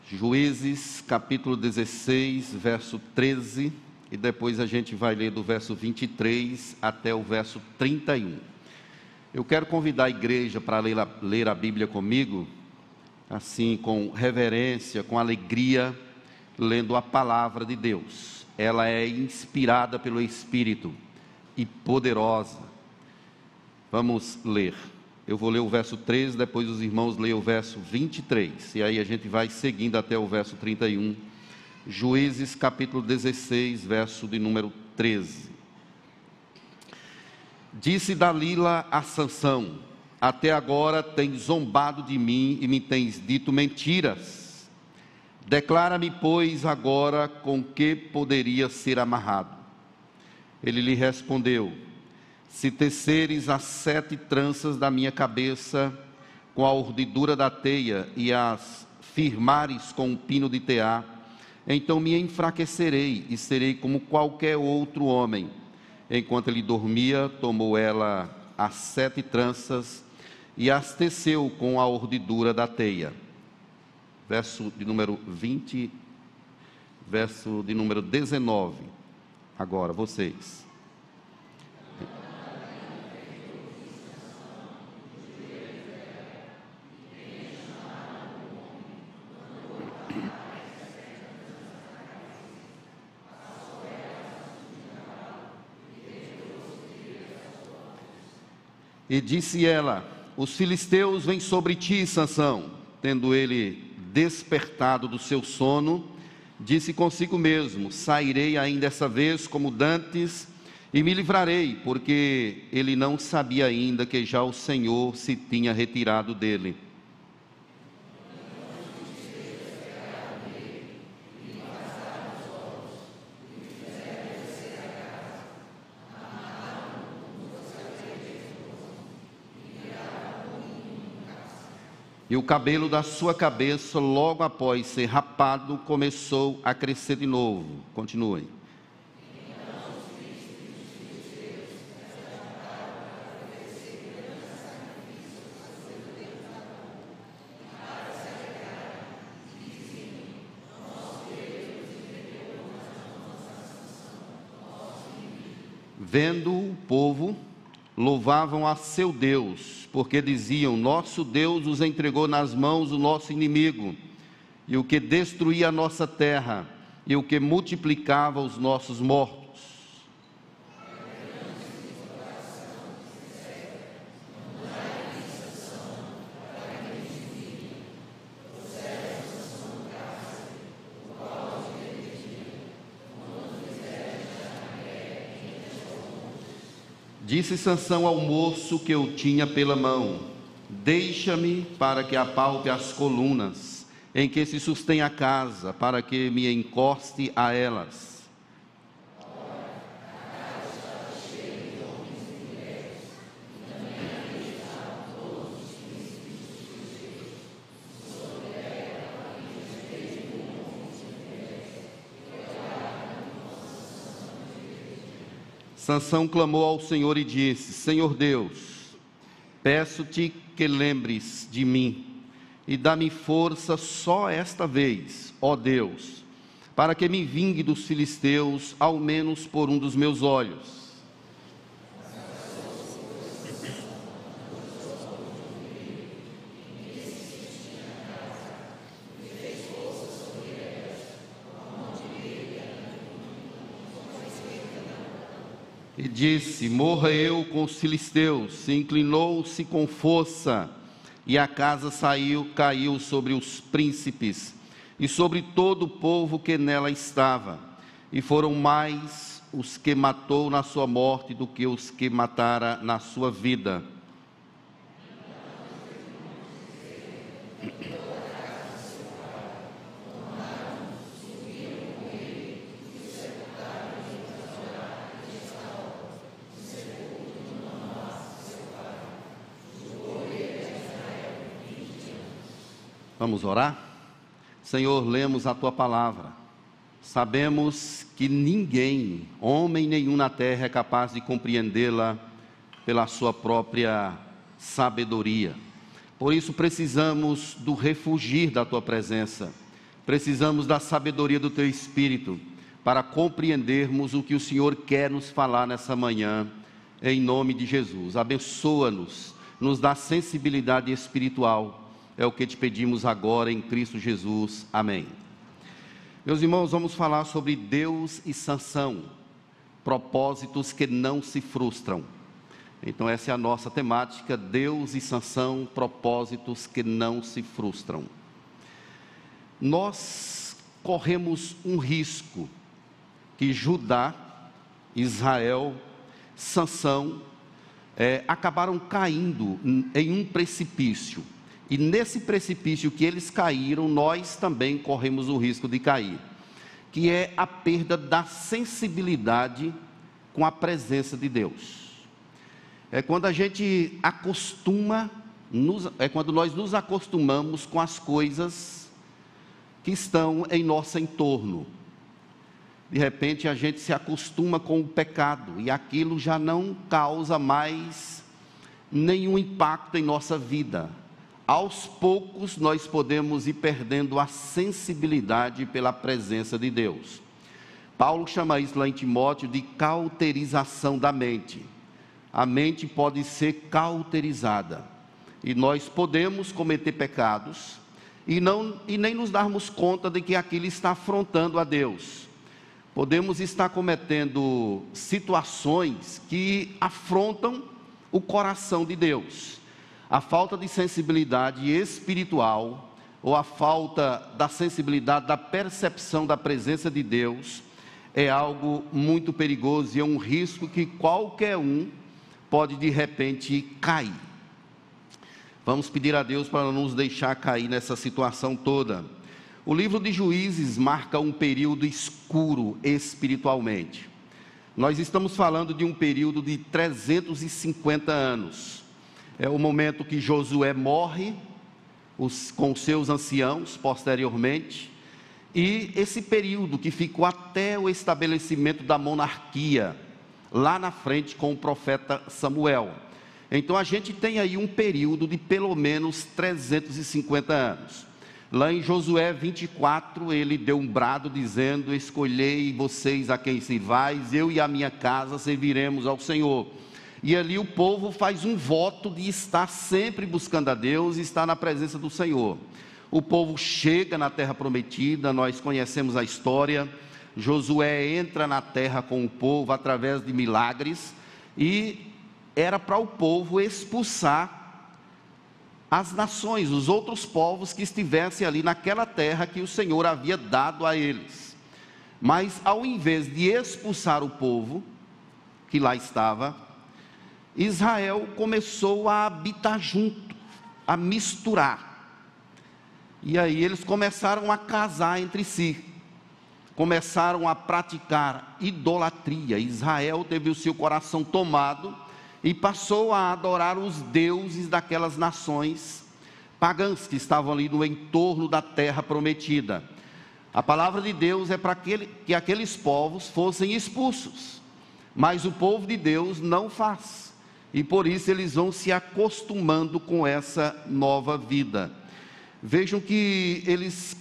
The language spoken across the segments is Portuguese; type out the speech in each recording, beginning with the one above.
Juízes, capítulo 16, verso 13, e depois a gente vai ler do verso 23 até o verso 31. Eu quero convidar a igreja para ler a Bíblia comigo, assim, com reverência, com alegria, lendo a palavra de Deus. Ela é inspirada pelo Espírito e poderosa. Vamos ler. Eu vou ler o verso 13, depois os irmãos leem o verso 23, e aí a gente vai seguindo até o verso 31. Juízes, capítulo 16, verso de número 13. Disse Dalila a Sansão: até agora tens zombado de mim e me tens dito mentiras. Declara-me, pois, agora com que poderia ser amarrado. Ele lhe respondeu: se teceres as 7 tranças da minha cabeça com a urdidura da teia e as firmares com um pino de tear, então me enfraquecerei e serei como qualquer outro homem. Enquanto ele dormia, tomou ela as 7 tranças e as teceu com a urdidura da teia. Verso de número 20, verso de número 19. Agora, vocês. E disse ela: os filisteus vêm sobre ti, Sansão. Tendo ele despertado do seu sono, disse consigo mesmo: sairei ainda essa vez como dantes e me livrarei, porque ele não sabia ainda que já o Senhor se tinha retirado dele. E o cabelo da sua cabeça, logo após ser rapado, começou a crescer de novo. Continue. Vendo o povo, louvavam a seu Deus, porque diziam: nosso Deus os entregou nas mãos do nosso inimigo, e o que destruía a nossa terra, e o que multiplicava os nossos mortos. Disse Sansão ao moço que o tinha pela mão: deixa-me para que apalpe as colunas em que se sustém a casa, para que me encoste a elas. Sansão clamou ao Senhor e disse: Senhor Deus, peço-te que lembres de mim e dá-me força só esta vez, ó Deus, para que me vingue dos filisteus, ao menos por um dos meus olhos. E disse: morra eu com os filisteus. Se inclinou-se com força, e a casa caiu sobre os príncipes e sobre todo o povo que nela estava. E foram mais os que matou na sua morte do que os que matara na sua vida. Vamos orar? Senhor, lemos a Tua palavra. Sabemos que ninguém, homem nenhum na terra, é capaz de compreendê-la pela sua própria sabedoria. Por isso precisamos do refugir da Tua presença. Precisamos da sabedoria do Teu Espírito para compreendermos o que o Senhor quer nos falar nessa manhã, em nome de Jesus. Abençoa-nos, nos dá sensibilidade espiritual, é o que te pedimos agora em Cristo Jesus. Amém. Meus irmãos, vamos falar sobre Deus e Sansão, propósitos que não se frustram. Então essa é a nossa temática, Deus e Sansão, propósitos que não se frustram. Nós corremos um risco que Judá, Israel, Sansão acabaram caindo em um precipício. E nesse precipício que eles caíram, nós também corremos o risco de cair, que é a perda da sensibilidade com a presença de Deus. É quando a gente quando nós nos acostumamos com as coisas que estão em nosso entorno. De repente a gente se acostuma com o pecado e aquilo já não causa mais nenhum impacto em nossa vida. Aos poucos nós podemos ir perdendo a sensibilidade pela presença de Deus. Paulo chama isso lá em Timóteo de cauterização da mente. A mente pode ser cauterizada e nós podemos cometer pecados e nem nos darmos conta de que aquilo está afrontando a Deus. Podemos estar cometendo situações que afrontam o coração de Deus. A falta de sensibilidade espiritual ou a falta da sensibilidade da percepção da presença de Deus é algo muito perigoso e é um risco que qualquer um pode de repente cair. Vamos pedir a Deus para não nos deixar cair nessa situação toda. O livro de Juízes marca um período escuro espiritualmente. Nós estamos falando de um período de 350 anos. É o momento que Josué morre, com seus anciãos posteriormente, e esse período que ficou até o estabelecimento da monarquia, lá na frente com o profeta Samuel. Então a gente tem aí um período de pelo menos 350 anos. Lá em Josué 24, ele deu um brado dizendo: escolhei vocês a quem servais, eu e a minha casa serviremos ao Senhor. E ali o povo faz um voto de estar sempre buscando a Deus e estar na presença do Senhor. O povo chega na terra prometida, nós conhecemos a história. Josué entra na terra com o povo através de milagres, e era para o povo expulsar as nações, os outros povos que estivessem ali naquela terra que o Senhor havia dado a eles. Mas ao invés de expulsar o povo que lá estava, Israel começou a habitar junto, a misturar. E aí eles começaram a casar entre si, começaram a praticar idolatria. Israel teve o seu coração tomado e passou a adorar os deuses daquelas nações pagãs que estavam ali no entorno da terra prometida. A palavra de Deus é para que aqueles povos fossem expulsos, mas o povo de Deus não faz, e por isso eles vão se acostumando com essa nova vida. Vejam que eles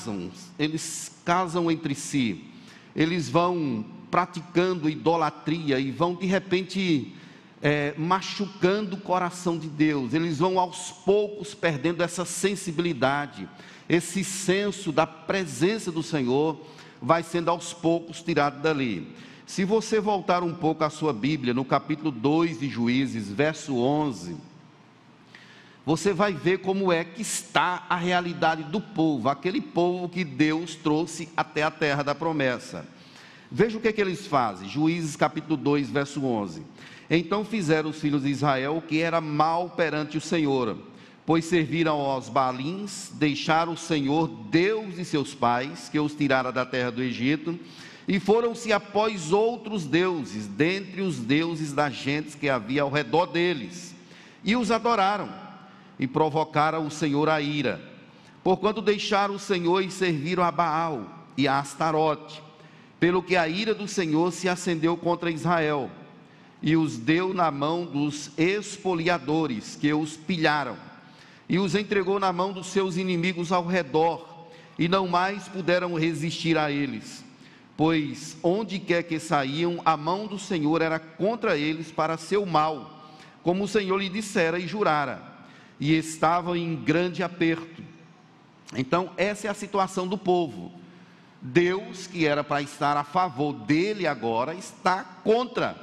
casam entre si, eles vão praticando idolatria e vão de repente machucando o coração de Deus. Eles vão aos poucos perdendo essa sensibilidade, esse senso da presença do Senhor vai sendo aos poucos tirado dali. Se você voltar um pouco à sua Bíblia, no capítulo 2 de Juízes, verso 11, você vai ver como é que está a realidade do povo, aquele povo que Deus trouxe até a terra da promessa. Veja o que eles fazem. Juízes capítulo 2, verso 11. Então fizeram os filhos de Israel o que era mal perante o Senhor, pois serviram aos Baalins, deixaram o Senhor, Deus de seus pais, que os tirara da terra do Egito, e foram-se após outros deuses, dentre os deuses das gentes que havia ao redor deles, e os adoraram, e provocaram o Senhor a ira, porquanto deixaram o Senhor e serviram a Baal e a Astarote, pelo que a ira do Senhor se acendeu contra Israel, e os deu na mão dos expoliadores, que os pilharam, e os entregou na mão dos seus inimigos ao redor, e não mais puderam resistir a eles, pois onde quer que saíam, a mão do Senhor era contra eles para seu mal, como o Senhor lhe dissera e jurara, e estavam em grande aperto. Então essa é a situação do povo. Deus, que era para estar a favor dele agora, está contra.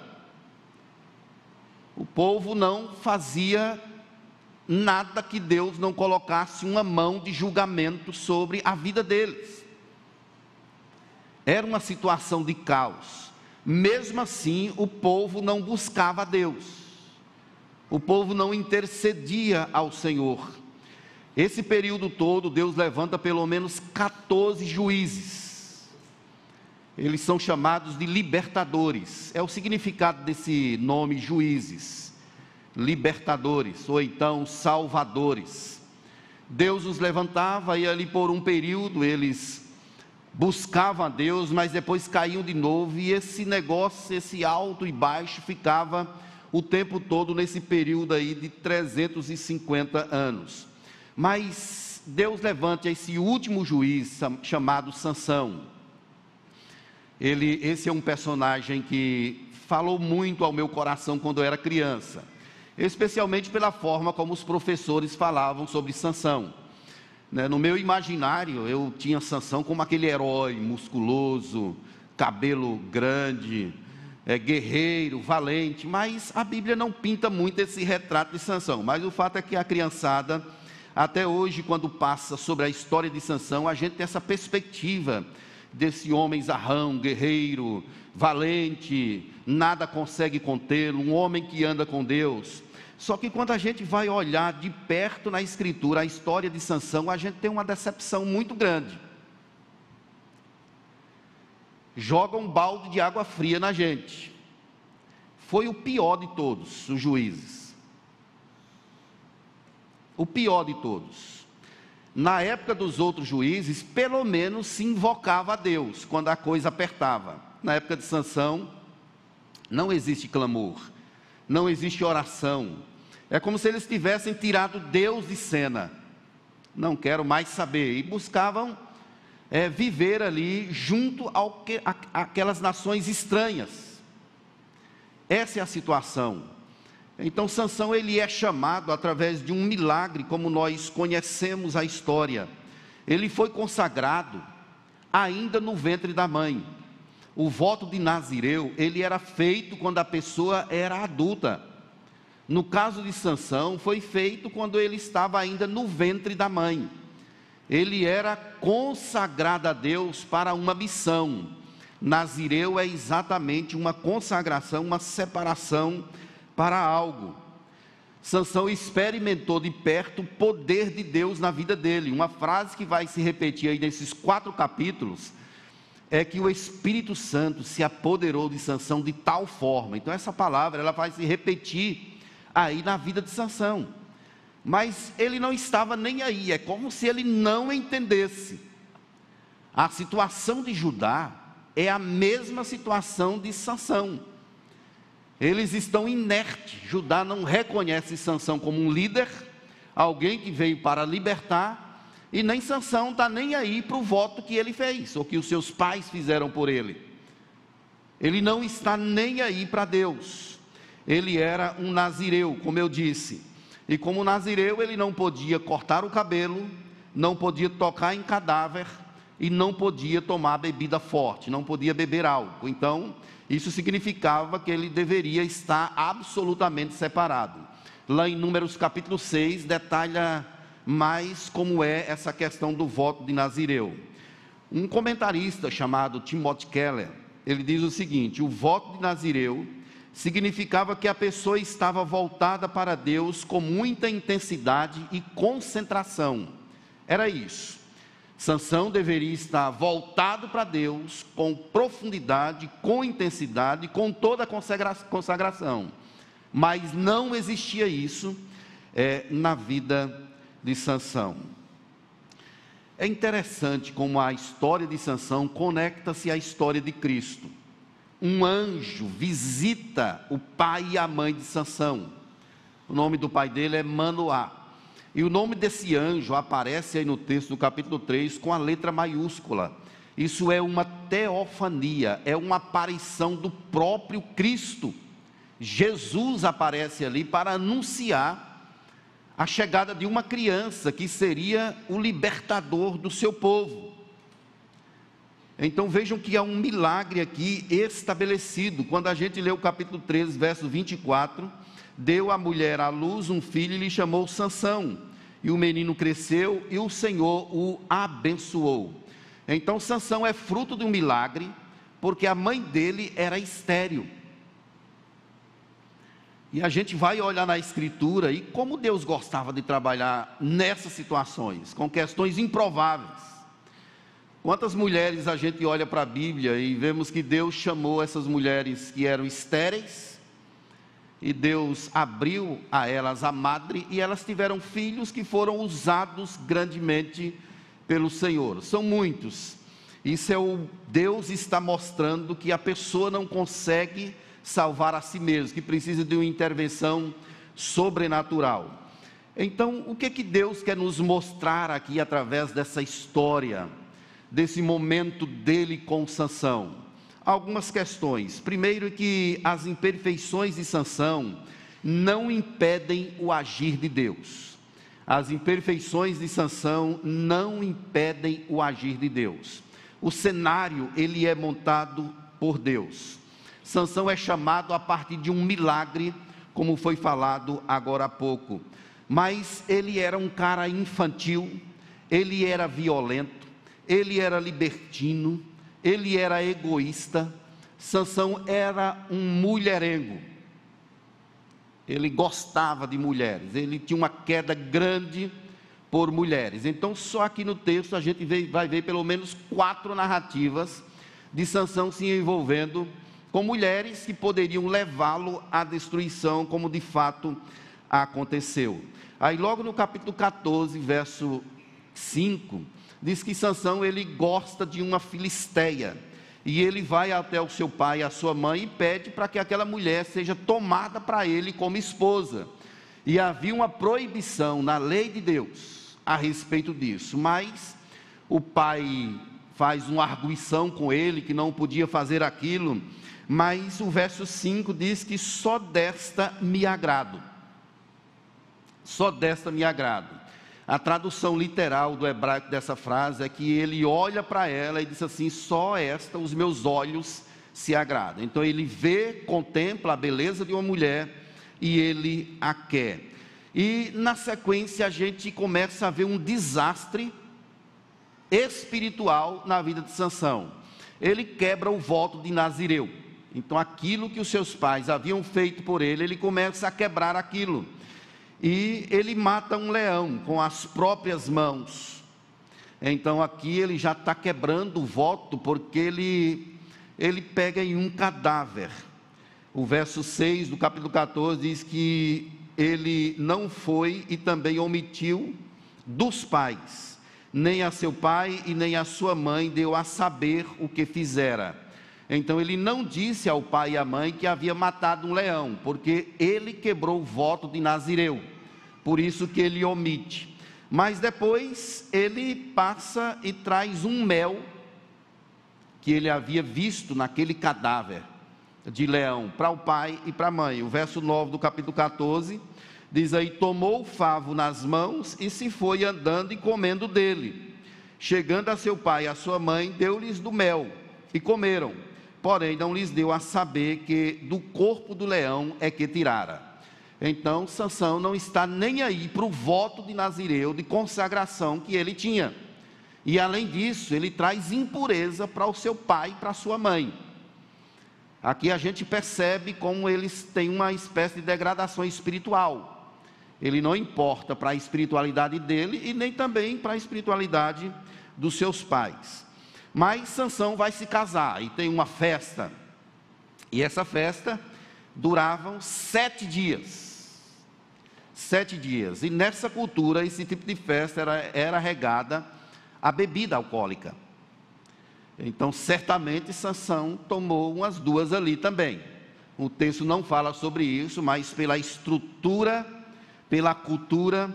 O povo não fazia nada que Deus não colocasse uma mão de julgamento sobre a vida deles. Era uma situação de caos. Mesmo assim, o povo não buscava a Deus. O povo não intercedia ao Senhor. Esse período todo, Deus levanta pelo menos 14 juízes. Eles são chamados de libertadores. É o significado desse nome, juízes. Libertadores, ou então salvadores. Deus os levantava e ali por um período eles buscavam a Deus, mas depois caíam de novo, e esse negócio, esse alto e baixo, ficava o tempo todo nesse período aí de 350 anos. Mas Deus levanta esse último juiz chamado Sansão. Esse é um personagem que falou muito ao meu coração quando eu era criança, especialmente pela forma como os professores falavam sobre Sansão. No meu imaginário, eu tinha Sansão como aquele herói musculoso, cabelo grande, guerreiro, valente, mas a Bíblia não pinta muito esse retrato de Sansão. Mas o fato é que a criançada, até hoje, quando passa sobre a história de Sansão, a gente tem essa perspectiva desse homem zarrão, guerreiro, valente, nada consegue contê-lo, um homem que anda com Deus. Só que quando a gente vai olhar de perto na Escritura a história de Sansão, a gente tem uma decepção muito grande. Joga um balde de água fria na gente. Foi o pior de todos os juízes. O pior de todos. Na época dos outros juízes, pelo menos se invocava a Deus quando a coisa apertava. Na época de Sansão, não existe clamor, não existe oração. É como se eles tivessem tirado Deus de cena. Não quero mais saber. E buscavam viver ali junto àquelas nações estranhas. Essa é a situação. Então Sansão, ele é chamado através de um milagre, como nós conhecemos a história. Ele foi consagrado ainda no ventre da mãe. O voto de Nazireu, ele era feito quando a pessoa era adulta. No caso de Sansão, foi feito quando ele estava ainda no ventre da mãe. Ele era consagrado a Deus para uma missão. Nazireu é exatamente uma consagração, uma separação para algo. Sansão experimentou de perto o poder de Deus na vida dele. Uma frase que vai se repetir aí nesses 4 capítulos é que o Espírito Santo se apoderou de Sansão de tal forma. Então essa palavra, ela vai se repetir aí na vida de Sansão. Mas ele não estava nem aí. É como se ele não entendesse. A situação de Judá é a mesma situação de Sansão. Eles estão inertes. Judá não reconhece Sansão como um líder, alguém que veio para libertar, e nem Sansão está nem aí para o voto que ele fez, ou que os seus pais fizeram por ele. Ele não está nem aí para Deus. Ele era um nazireu, como eu disse, e como nazireu ele não podia cortar o cabelo, não podia tocar em cadáver, e não podia tomar bebida forte, não podia beber álcool. Então isso significava que ele deveria estar absolutamente separado. Lá em Números capítulo 6, detalha mais como é essa questão do voto de Nazireu. Um comentarista chamado Timothy Keller, ele diz o seguinte: o voto de Nazireu significava que a pessoa estava voltada para Deus com muita intensidade e concentração. Era isso. Sansão deveria estar voltado para Deus com profundidade, com intensidade, com toda a consagração. Mas não existia isso na vida de Sansão. É interessante como a história de Sansão conecta-se à história de Cristo. Um anjo visita o pai e a mãe de Sansão. O nome do pai dele é Manoá. E o nome desse anjo aparece aí no texto do capítulo 3 com a letra maiúscula. Isso é uma teofania, é uma aparição do próprio Cristo. Jesus aparece ali para anunciar a chegada de uma criança que seria o libertador do seu povo. Então vejam que há um milagre aqui estabelecido. Quando a gente lê o capítulo 13, verso 24, deu a mulher à luz um filho e lhe chamou Sansão. E o menino cresceu e o Senhor o abençoou. Então Sansão é fruto de um milagre, porque a mãe dele era estéril. E a gente vai olhar na Escritura e como Deus gostava de trabalhar nessas situações, com questões improváveis. Quantas mulheres a gente olha para a Bíblia e vemos que Deus chamou essas mulheres que eram estéreis, e Deus abriu a elas a madre, e elas tiveram filhos que foram usados grandemente pelo Senhor. São muitos. Isso é o Deus está mostrando que a pessoa não consegue salvar a si mesmo, que precisa de uma intervenção sobrenatural. Então, o que Deus quer nos mostrar aqui através dessa história, desse momento dele com Sansão? Algumas questões. Primeiro, que as imperfeições de Sansão não impedem o agir de Deus. As imperfeições de Sansão não impedem o agir de Deus. O cenário, ele é montado por Deus. Sansão é chamado a partir de um milagre, como foi falado agora há pouco. Mas ele era um cara infantil, ele era violento, ele era libertino, ele era egoísta. Sansão era um mulherengo. Ele gostava de mulheres, ele tinha uma queda grande por mulheres. Então, só aqui no texto a gente vai ver pelo menos 4 narrativas de Sansão se envolvendo com mulheres que poderiam levá-lo à destruição, como de fato aconteceu. Aí logo no capítulo 14, verso 5, diz que Sansão ele gosta de uma filisteia, e ele vai até o seu pai e a sua mãe e pede para que aquela mulher seja tomada para ele como esposa. E havia uma proibição na lei de Deus a respeito disso, mas o pai faz uma arguição com ele que não podia fazer aquilo. Mas o verso 5 diz que só desta me agrado. Só desta me agrado. A tradução literal do hebraico dessa frase é que ele olha para ela e diz assim: só esta os meus olhos se agradam. Então ele vê, contempla a beleza de uma mulher e ele a quer. E na sequência a gente começa a ver um desastre espiritual na vida de Sansão. Ele quebra o voto de Nazireu. Então aquilo que os seus pais haviam feito por ele, ele começa a quebrar aquilo. E ele mata um leão com as próprias mãos. Então aqui ele já está quebrando o voto, porque ele pega em um cadáver. O verso 6 do capítulo 14 diz que ele não foi e também omitiu dos pais, nem a seu pai e nem a sua mãe deu a saber o que fizera. Então ele não disse ao pai e à mãe que havia matado um leão, porque ele quebrou o voto de Nazireu, por isso que ele omite. Mas depois ele passa e traz um mel que ele havia visto naquele cadáver de leão para o pai e para a mãe. O verso 9 do capítulo 14 diz aí: tomou o favo nas mãos e se foi andando e comendo dele. Chegando a seu pai e a sua mãe, deu-lhes do mel e comeram. Porém não lhes deu a saber que do corpo do leão é que tirara. Então Sansão não está nem aí para o voto de Nazireu, de consagração que ele tinha. E além disso, ele traz impureza para o seu pai e para a sua mãe. Aqui a gente percebe como eles têm uma espécie de degradação espiritual. Ele não importa para a espiritualidade dele e nem também para a espiritualidade dos seus pais. Mas Sansão vai se casar e tem uma festa. E essa festa durava 7 dias. 7 dias. E nessa cultura, esse tipo de festa era regada a bebida alcoólica. Então, certamente, Sansão tomou umas 2 ali também. O texto não fala sobre isso, mas pela estrutura, pela cultura,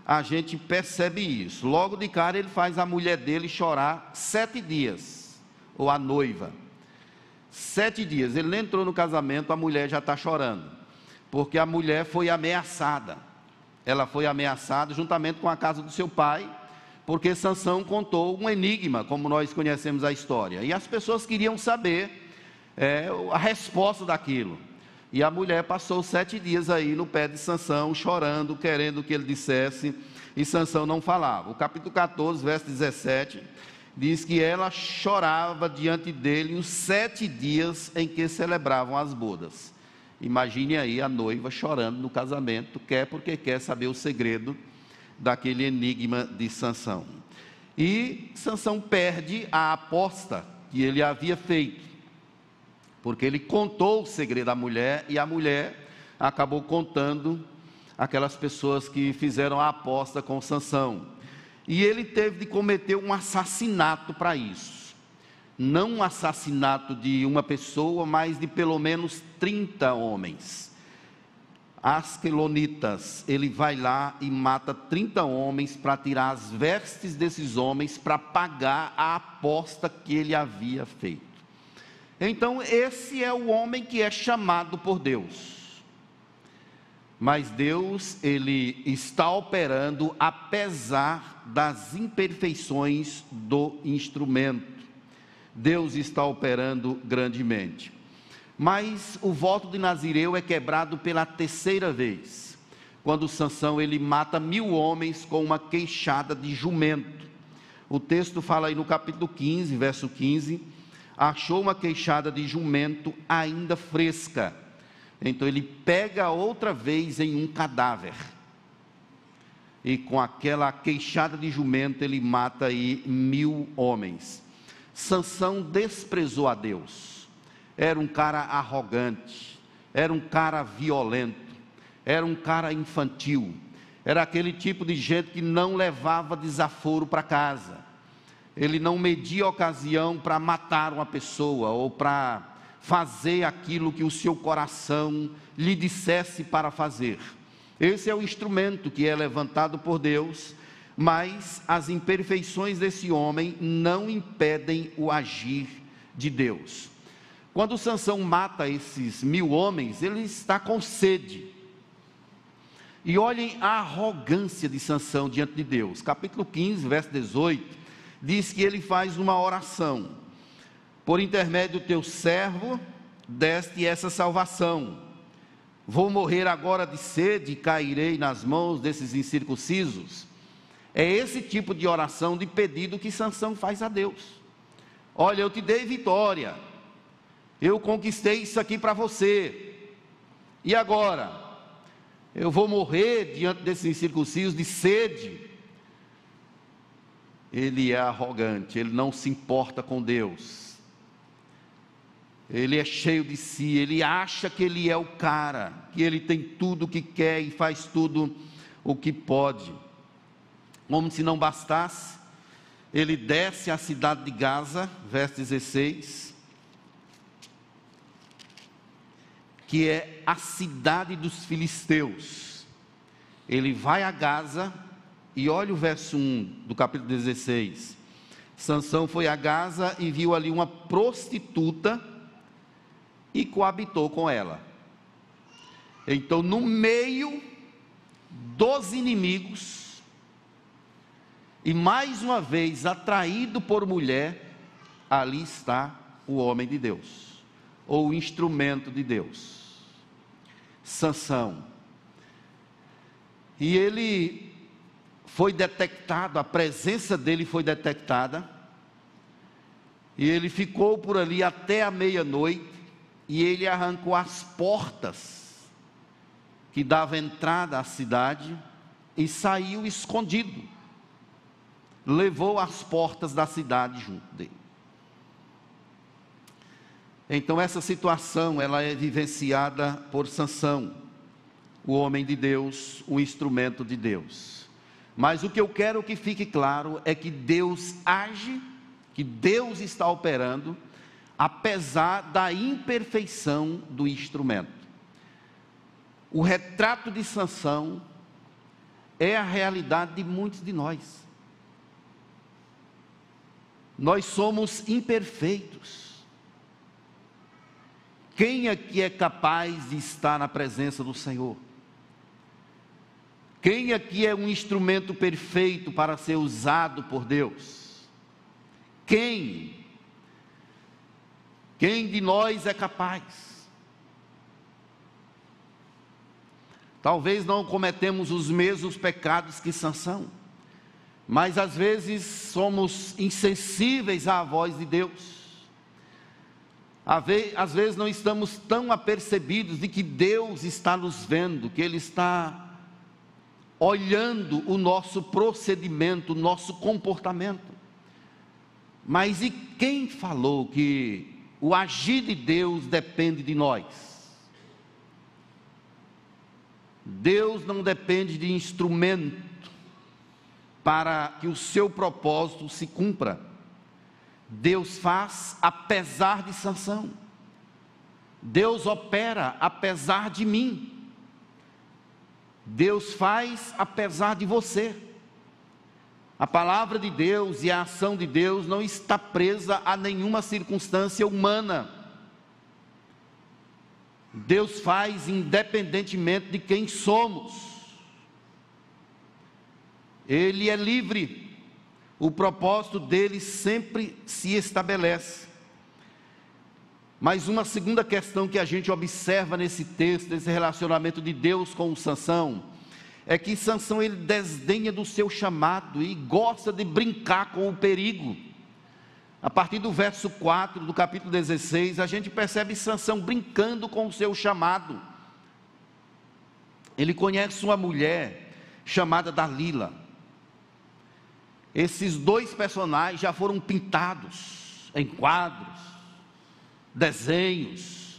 a gente percebe isso. Logo de cara ele faz a mulher dele chorar 7 dias, ou a noiva. 7 dias, ele nem entrou no casamento, a mulher já está chorando, porque a mulher foi ameaçada. Ela foi ameaçada juntamente com a casa do seu pai, porque Sansão contou um enigma, como nós conhecemos a história, e as pessoas queriam saber a resposta daquilo. E a mulher passou 7 dias aí no pé de Sansão, chorando, querendo que ele dissesse, e Sansão não falava. O capítulo 14, verso 17, diz que ela chorava diante dele os 7 dias em que celebravam as bodas. Imagine aí a noiva chorando no casamento, porque quer saber o segredo daquele enigma de Sansão. E Sansão perde a aposta que ele havia feito, porque ele contou o segredo à mulher, e a mulher acabou contando aquelas pessoas que fizeram a aposta com Sansão. E ele teve de cometer um assassinato para isso. Não um assassinato de uma pessoa, mas de pelo menos 30 homens. Asquelonitas, ele vai lá e mata 30 homens para tirar as vestes desses homens, para pagar a aposta que ele havia feito. Então esse é o homem que é chamado por Deus. Mas Deus, ele está operando apesar das imperfeições do instrumento. Deus está operando grandemente. Mas o voto de Nazireu é quebrado pela 3ª vez, quando Sansão ele mata 1000 homens com uma queixada de jumento. O texto fala aí no capítulo 15, verso 15, achou uma queixada de jumento ainda fresca. Então ele pega outra vez em um cadáver, e com aquela queixada de jumento ele mata aí 1000 homens. Sansão desprezou a Deus. Era um cara arrogante, era um cara violento, era um cara infantil, era aquele tipo de gente que não levava desaforo para casa. Ele não media ocasião para matar uma pessoa, ou para fazer aquilo que o seu coração lhe dissesse para fazer. Esse é o instrumento que é levantado por Deus, mas as imperfeições desse homem não impedem o agir de Deus. Quando Sansão mata esses 1000 homens, ele está com sede. E olhem a arrogância de Sansão diante de Deus. Capítulo 15, verso 18, diz que ele faz uma oração: por intermédio do teu servo, deste essa salvação. Vou morrer agora de sede e cairei nas mãos desses incircuncisos. É esse tipo de oração, de pedido que Sansão faz a Deus. Olha, eu te dei vitória, eu conquistei isso aqui para você, e agora? Eu vou morrer diante desses incircuncisos de sede. Ele é arrogante, ele não se importa com Deus, ele é cheio de si, ele acha que ele é o cara, que ele tem tudo o que quer e faz tudo o que pode. Como se não bastasse, ele desce à cidade de Gaza, verso 16, que é a cidade dos filisteus. Ele vai a Gaza, e olha o verso 1 do capítulo 16. Sansão foi a Gaza e viu ali uma prostituta e coabitou com ela. Então, no meio dos inimigos, e mais uma vez atraído por mulher, ali está o homem de Deus, ou o instrumento de Deus, Sansão. E ele foi detectado, a presença dele foi detectada, e ele ficou por ali até a meia-noite, e ele arrancou as portas que davam entrada à cidade, e saiu escondido, levou as portas da cidade junto dele. Então essa situação, ela é vivenciada por Sansão, o homem de Deus, o instrumento de Deus. Mas o que eu quero que fique claro é que Deus age, que Deus está operando, apesar da imperfeição do instrumento. O retrato de Sansão é a realidade de muitos de nós. Nós somos imperfeitos. Quem aqui é capaz de estar na presença do Senhor? Quem aqui é um instrumento perfeito para ser usado por Deus? Quem de nós é capaz? Talvez não cometemos os mesmos pecados que Sansão, mas às vezes somos insensíveis à voz de Deus. Às vezes não estamos tão apercebidos de que Deus está nos vendo, que Ele está olhando o nosso procedimento, o nosso comportamento. Mas e quem falou que o agir de Deus depende de nós? Deus não depende de instrumento para que o seu propósito se cumpra. Deus faz apesar de Sansão. Deus opera apesar de mim. Deus faz apesar de você. A palavra de Deus e a ação de Deus não está presa a nenhuma circunstância humana. Deus faz independentemente de quem somos. Ele é livre. O propósito dele sempre se estabelece. Mas uma segunda questão que a gente observa nesse texto, nesse relacionamento de Deus com o Sansão, é que Sansão ele desdenha do seu chamado e gosta de brincar com o perigo. A partir do verso 4 do capítulo 16, a gente percebe Sansão brincando com o seu chamado. Ele conhece uma mulher chamada Dalila. Esses dois personagens já foram pintados em quadros, desenhos,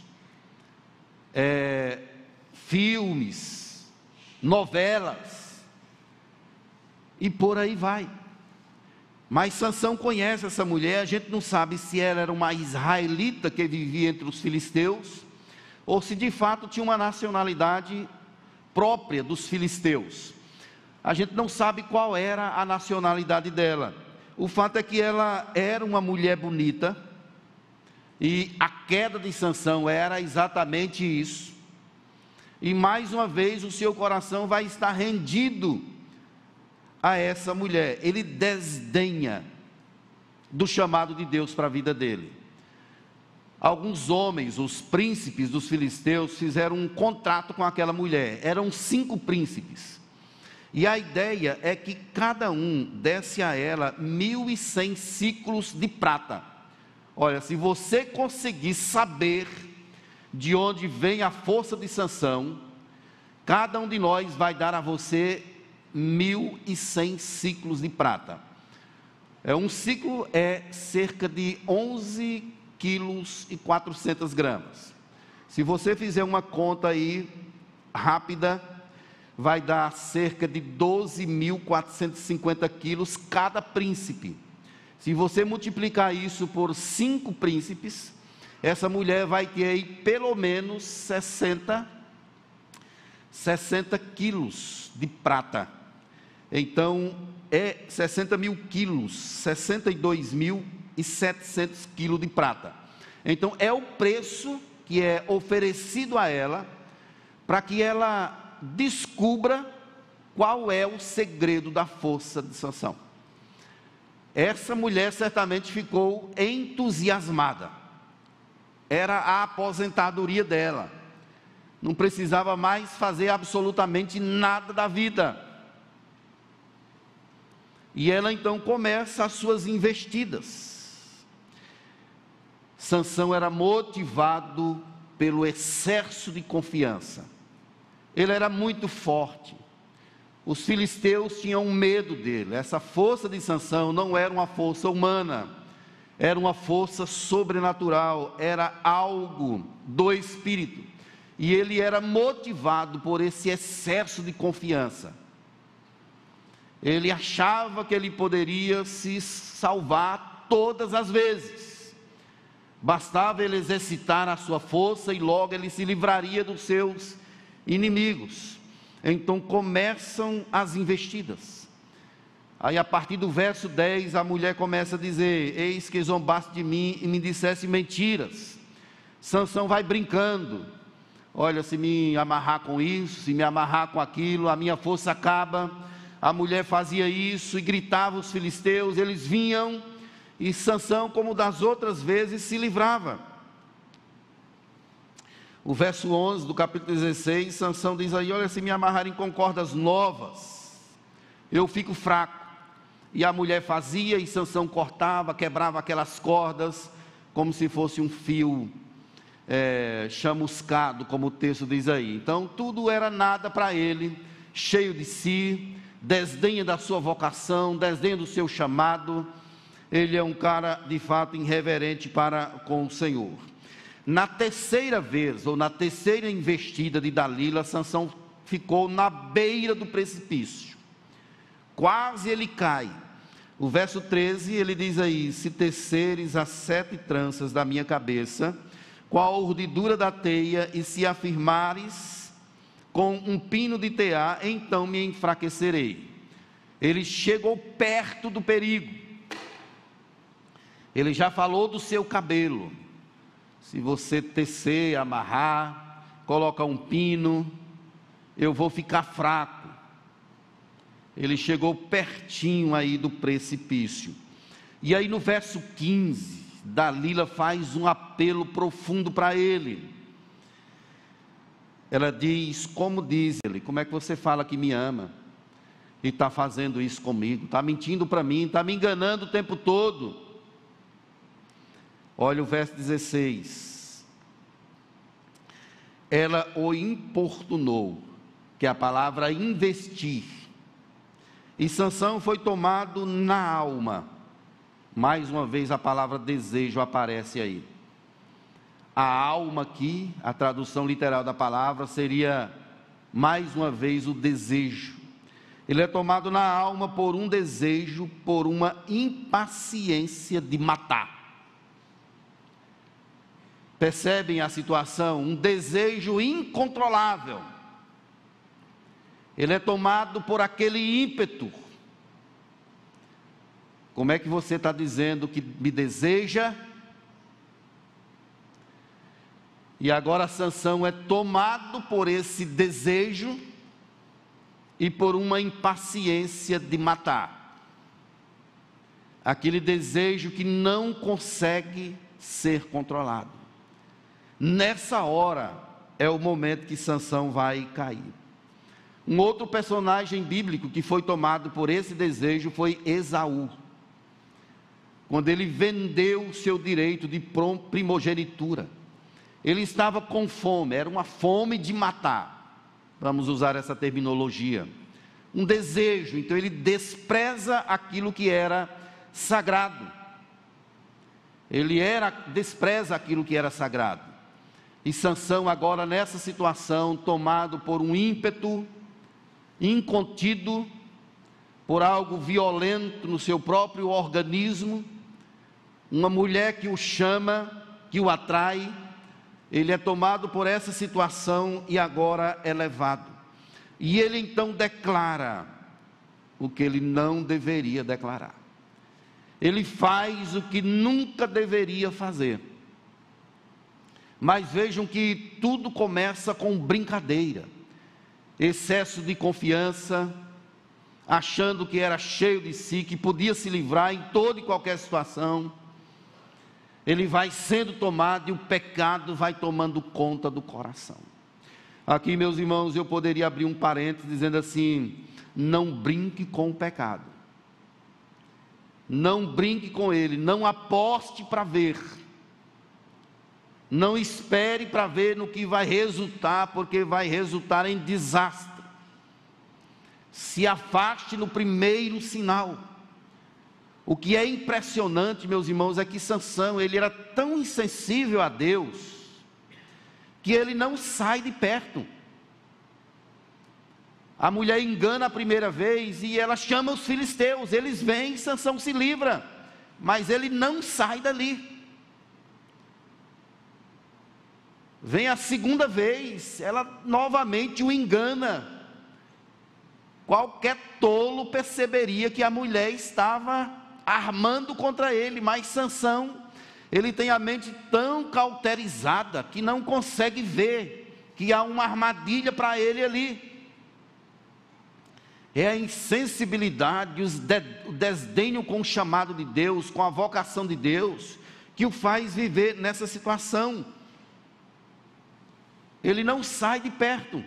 filmes, novelas, e por aí vai. Mas Sansão conhece essa mulher. A gente não sabe se ela era uma israelita que vivia entre os filisteus, ou se de fato tinha uma nacionalidade própria dos filisteus. A gente não sabe qual era a nacionalidade dela. O fato é que ela era uma mulher bonita, e a queda de Sansão era exatamente isso. E mais uma vez o seu coração vai estar rendido a essa mulher. Ele desdenha do chamado de Deus para a vida dele. Alguns homens, os príncipes dos filisteus, fizeram um contrato com aquela mulher. Eram 5 príncipes. E a ideia é que cada um desse a ela 1.100 ciclos de prata. Olha, se você conseguir saber de onde vem a força de Sansão, cada um de nós vai dar a você 1.100 ciclos de prata. Um ciclo é cerca de 11 quilos e 400 gramas. Se você fizer uma conta aí rápida, vai dar cerca de 12.450 quilos cada príncipe. Se você multiplicar isso por 5 príncipes, essa mulher vai ter aí pelo menos 60 quilos de prata. Então, 60 mil quilos, 62.700 quilos de prata. Então, é o preço que é oferecido a ela, para que ela descubra qual é o segredo da força de Sansão. Essa mulher certamente ficou entusiasmada. Era a aposentadoria dela. Não precisava mais fazer absolutamente nada da vida. E ela então começa as suas investidas. Sansão era motivado pelo excesso de confiança. Ele era muito forte. Os filisteus tinham medo dele. Essa força de Sansão não era uma força humana, era uma força sobrenatural, era algo do Espírito. E ele era motivado por esse excesso de confiança. Ele achava que ele poderia se salvar todas as vezes. Bastava ele exercitar a sua força e logo ele se livraria dos seus inimigos. Então começam as investidas. Aí a partir do verso 10, a mulher começa a dizer: eis que zombaste de mim e me disseste mentiras. Sansão vai brincando: olha, se me amarrar com isso, se me amarrar com aquilo, a minha força acaba. A mulher fazia isso e gritava os filisteus, eles vinham, e Sansão, como das outras vezes, se livrava. O verso 11 do capítulo 16, Sansão diz aí: olha, se me amarrarem com cordas novas, eu fico fraco. E a mulher fazia, e Sansão cortava, quebrava aquelas cordas, como se fosse um fio chamuscado, como o texto diz aí. Então tudo era nada para ele, cheio de si, desdenha da sua vocação, desdenha do seu chamado. Ele é um cara de fato irreverente para com o Senhor. Na terceira vez, ou na terceira investida de Dalila, Sansão ficou na beira do precipício, quase ele cai. O verso 13, ele diz aí: se teceres as 7 tranças da minha cabeça, com a urdidura da teia, e se afirmares com um pino de tear, então me enfraquecerei. Ele chegou perto do perigo. Ele já falou do seu cabelo: se você tecer, amarrar, colocar um pino, eu vou ficar fraco. Ele chegou pertinho aí do precipício. E aí no verso 15, Dalila faz um apelo profundo para ele. Ela diz: como diz ele, como é que você fala que me ama e está fazendo isso comigo, está mentindo para mim, está me enganando o tempo todo? Olha o verso 16. Ela o importunou, que é a palavra investir, e Sansão foi tomado na alma. Mais uma vez a palavra desejo aparece aí. A alma aqui, a tradução literal da palavra seria, mais uma vez, o desejo. Ele é tomado na alma por um desejo, por uma impaciência de matar. Percebem a situação? Um desejo incontrolável. Ele é tomado por aquele ímpeto. Como é que você está dizendo que me deseja? E agora Sansão é tomado por esse desejo e por uma impaciência de matar. Aquele desejo que não consegue ser controlado. Nessa hora é o momento que Sansão vai cair. Um outro personagem bíblico que foi tomado por esse desejo foi Esaú. Quando ele vendeu o seu direito de primogenitura, ele estava com fome, era uma fome de matar, vamos usar essa terminologia, um desejo. Então ele despreza aquilo que era sagrado, despreza aquilo que era sagrado. E Sansão agora nessa situação, tomado por um ímpeto incontido, por algo violento no seu próprio organismo, uma mulher que o chama, que o atrai, ele é tomado por essa situação e agora é levado. E ele então declara o que ele não deveria declarar. Ele faz o que nunca deveria fazer. Mas vejam que tudo começa com brincadeira, excesso de confiança, achando que era cheio de si, que podia se livrar em toda e qualquer situação. Ele vai sendo tomado e o pecado vai tomando conta do coração. Aqui, meus irmãos, eu poderia abrir um parênteses dizendo assim: não brinque com o pecado, não brinque com ele, não aposte para ver, não espere para ver no que vai resultar, porque vai resultar em desastre. Se afaste no primeiro sinal. O que é impressionante, meus irmãos, é que Sansão, ele era tão insensível a Deus, que ele não sai de perto. A mulher engana a primeira vez, e ela chama os filisteus, eles vêm, Sansão se livra, mas ele não sai dali. Vem a segunda vez, ela novamente o engana, qualquer tolo perceberia que a mulher estava armando contra ele, mas Sansão, ele tem a mente tão cauterizada que não consegue ver que há uma armadilha para ele ali. É a insensibilidade, o desdenho com o chamado de Deus, com a vocação de Deus, que o faz viver nessa situação. Ele não sai de perto.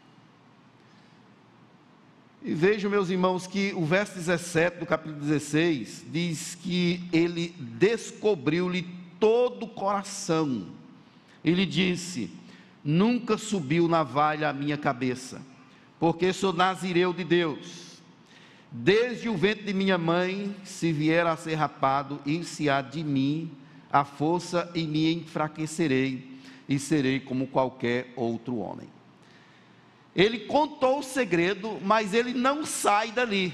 E vejam, meus irmãos, que o verso 17 do capítulo 16 diz que ele descobriu-lhe todo o coração. Ele disse: nunca subiu navalha à minha cabeça, porque sou nazireu de Deus. Desde o ventre de minha mãe, se vier a ser rapado, ir-se-á de mim a força e me enfraquecerei, e serei como qualquer outro homem. Ele contou o segredo, mas ele não sai dali.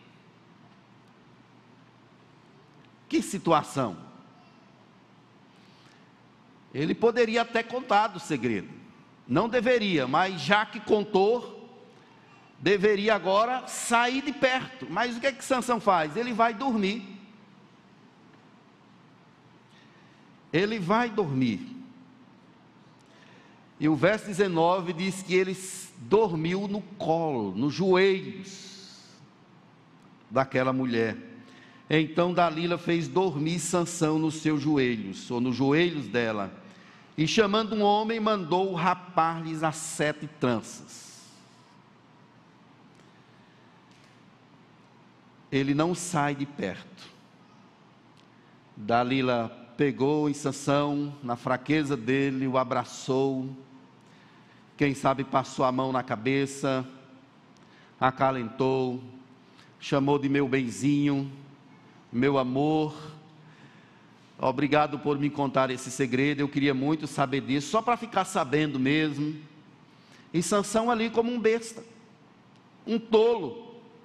Que situação! Ele poderia até contar o segredo, não deveria, mas já que contou, deveria agora sair de perto. Mas o que é que Sansão faz? Ele vai dormir. Ele vai dormir. E o verso 19 diz que ele dormiu no colo, nos joelhos daquela mulher. Então Dalila fez dormir Sansão nos seus joelhos, ou nos joelhos dela, e chamando um homem, mandou rapar-lhes as 7 tranças. Ele não sai de perto. Dalila pegou em Sansão, na fraqueza dele, o abraçou, quem sabe passou a mão na cabeça, acalentou, chamou de meu benzinho, meu amor, obrigado por me contar esse segredo, eu queria muito saber disso, só para ficar sabendo mesmo. E Sansão ali como um besta, um tolo.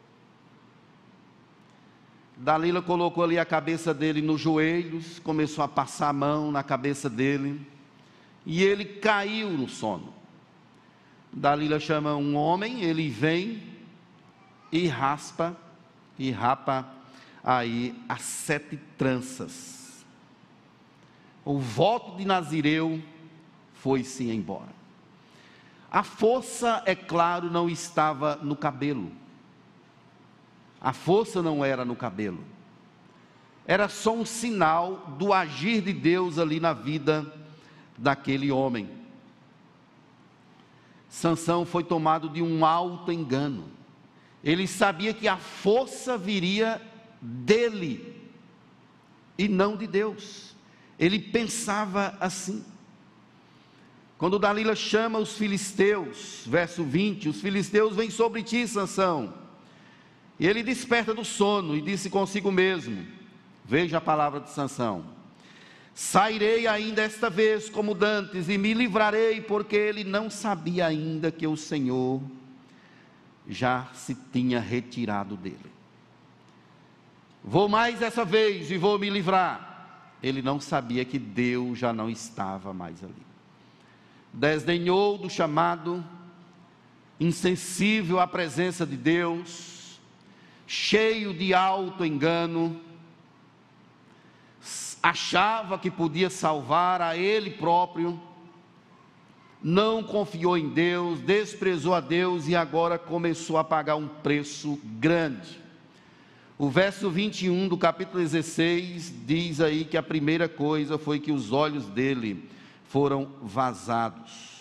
Dalila colocou ali a cabeça dele nos joelhos, começou a passar a mão na cabeça dele, e ele caiu no sono. Dalila chama um homem, ele vem e rapa aí as 7 tranças. O voto de Nazireu foi-se embora. A força, é claro, não estava no cabelo. A força não era no cabelo. Era só um sinal do agir de Deus ali na vida daquele homem. Sansão foi tomado de um alto engano. Ele sabia que a força viria dele e não de Deus. Ele pensava assim. Quando Dalila chama os filisteus, verso 20, os filisteus vêm sobre ti, Sansão. E ele desperta do sono e disse consigo mesmo, veja a palavra de Sansão: sairei ainda esta vez como dantes e me livrarei, porque ele não sabia ainda que o Senhor já se tinha retirado dele. Vou mais essa vez e vou me livrar. Ele não sabia que Deus já não estava mais ali. Desdenhou do chamado, insensível à presença de Deus, cheio de alto engano, achava que podia salvar a ele próprio, não confiou em Deus, desprezou a Deus e agora começou a pagar um preço grande. O verso 21 do capítulo 16 diz aí que a primeira coisa foi que os olhos dele foram vazados.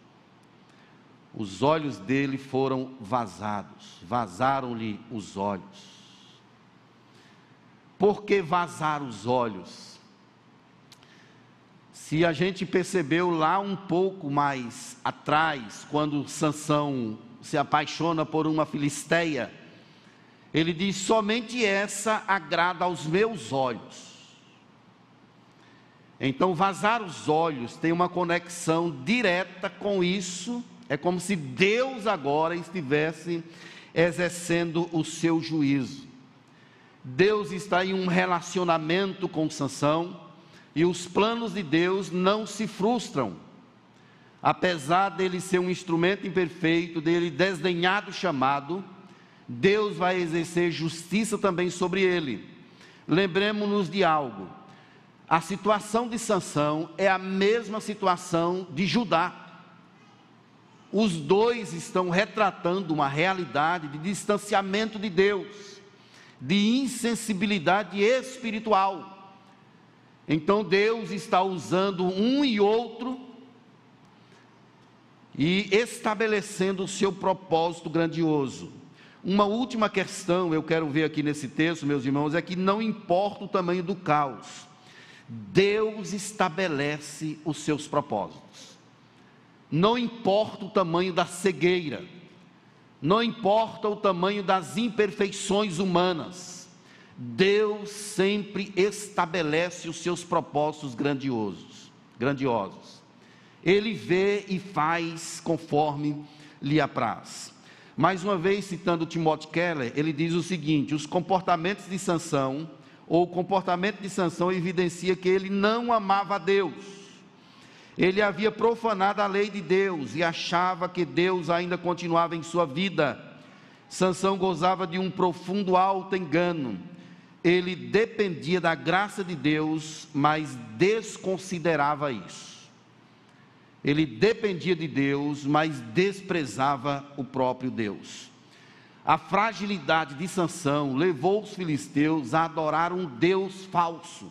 Os olhos dele foram vazados, vazaram-lhe os olhos. Por que vazar os olhos? Se a gente percebeu lá um pouco mais atrás, quando Sansão se apaixona por uma filisteia, ele diz: somente essa agrada aos meus olhos. Então vazar os olhos tem uma conexão direta com isso. É como se Deus agora estivesse exercendo o seu juízo. Deus está em um relacionamento com Sansão, e os planos de Deus não se frustram. Apesar dele ser um instrumento imperfeito, dele desdenhar do chamado, Deus vai exercer justiça também sobre ele. Lembremos-nos de algo: a situação de Sansão é a mesma situação de Judá. Os dois estão retratando uma realidade de distanciamento de Deus, de insensibilidade espiritual. Então Deus está usando um e outro e estabelecendo o seu propósito grandioso. Uma última questão eu quero ver aqui nesse texto, meus irmãos, é que não importa o tamanho do caos, Deus estabelece os seus propósitos. Não importa o tamanho da cegueira, não importa o tamanho das imperfeições humanas, Deus sempre estabelece os seus propósitos grandiosos. Ele vê e faz conforme lhe apraz. Mais uma vez, citando Timothy Keller, ele diz o seguinte: os comportamentos de Sansão, ou o comportamento de Sansão evidencia que ele não amava a Deus. Ele havia profanado a lei de Deus e achava que Deus ainda continuava em sua vida. Sansão gozava de um profundo auto-engano. Ele dependia da graça de Deus, mas desconsiderava isso. Ele dependia de Deus, mas desprezava o próprio Deus. A fragilidade de Sansão levou os filisteus a adorar um Deus falso,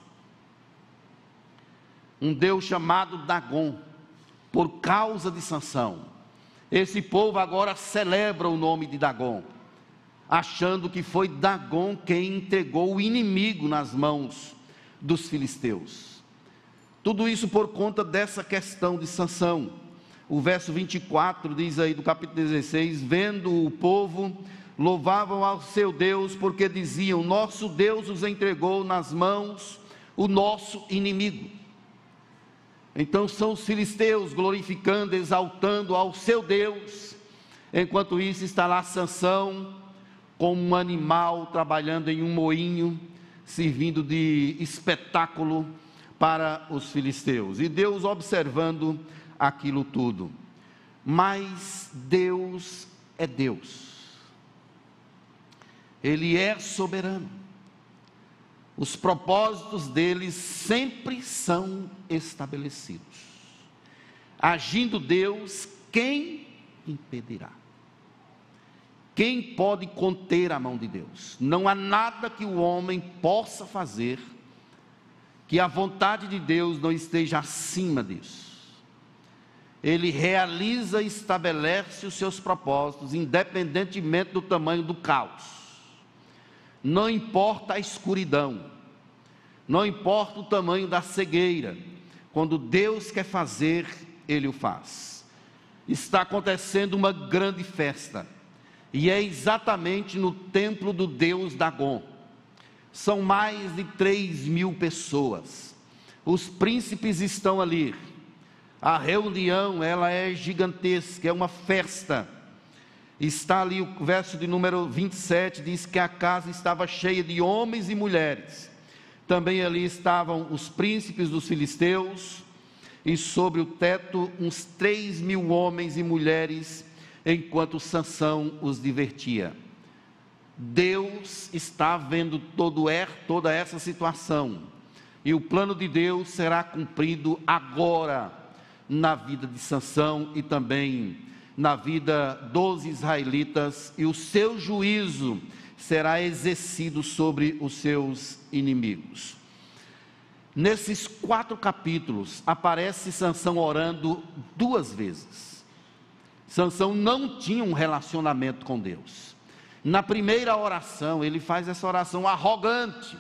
um Deus chamado Dagom, por causa de Sansão. Esse povo agora celebra o nome de Dagom, achando que foi Dagom quem entregou o inimigo nas mãos dos filisteus. Tudo isso por conta dessa questão de Sansão. O verso 24 diz aí do capítulo 16: vendo o povo, louvavam ao seu Deus, porque diziam: nosso Deus os entregou nas mãos o nosso inimigo. Então são os filisteus glorificando, exaltando ao seu Deus. Enquanto isso está lá Sansão, como um animal trabalhando em um moinho, servindo de espetáculo para os filisteus, e Deus observando aquilo tudo. Mas Deus é Deus, Ele é soberano, os propósitos dele sempre são estabelecidos. Agindo Deus, quem impedirá? Quem pode conter a mão de Deus? Não há nada que o homem possa fazer que a vontade de Deus não esteja acima disso. Ele realiza e estabelece os seus propósitos, independentemente do tamanho do caos. Não importa a escuridão, não importa o tamanho da cegueira, quando Deus quer fazer, Ele o faz. Está acontecendo uma grande festa, e é exatamente no templo do Deus Dagom. São mais de 3.000 pessoas, os príncipes estão ali, a reunião ela é gigantesca, é uma festa. Está ali o verso de número 27, diz que a casa estava cheia de homens e mulheres. Também ali estavam os príncipes dos filisteus, e sobre o teto uns 3.000 homens e mulheres, enquanto Sansão os divertia. Deus está vendo toda essa situação, e o plano de Deus será cumprido agora, na vida de Sansão e também na vida dos israelitas, e o seu juízo será exercido sobre os seus inimigos. Nesses 4 capítulos, aparece Sansão orando 2 vezes. Sansão não tinha um relacionamento com Deus. Na primeira oração, ele faz essa oração arrogante: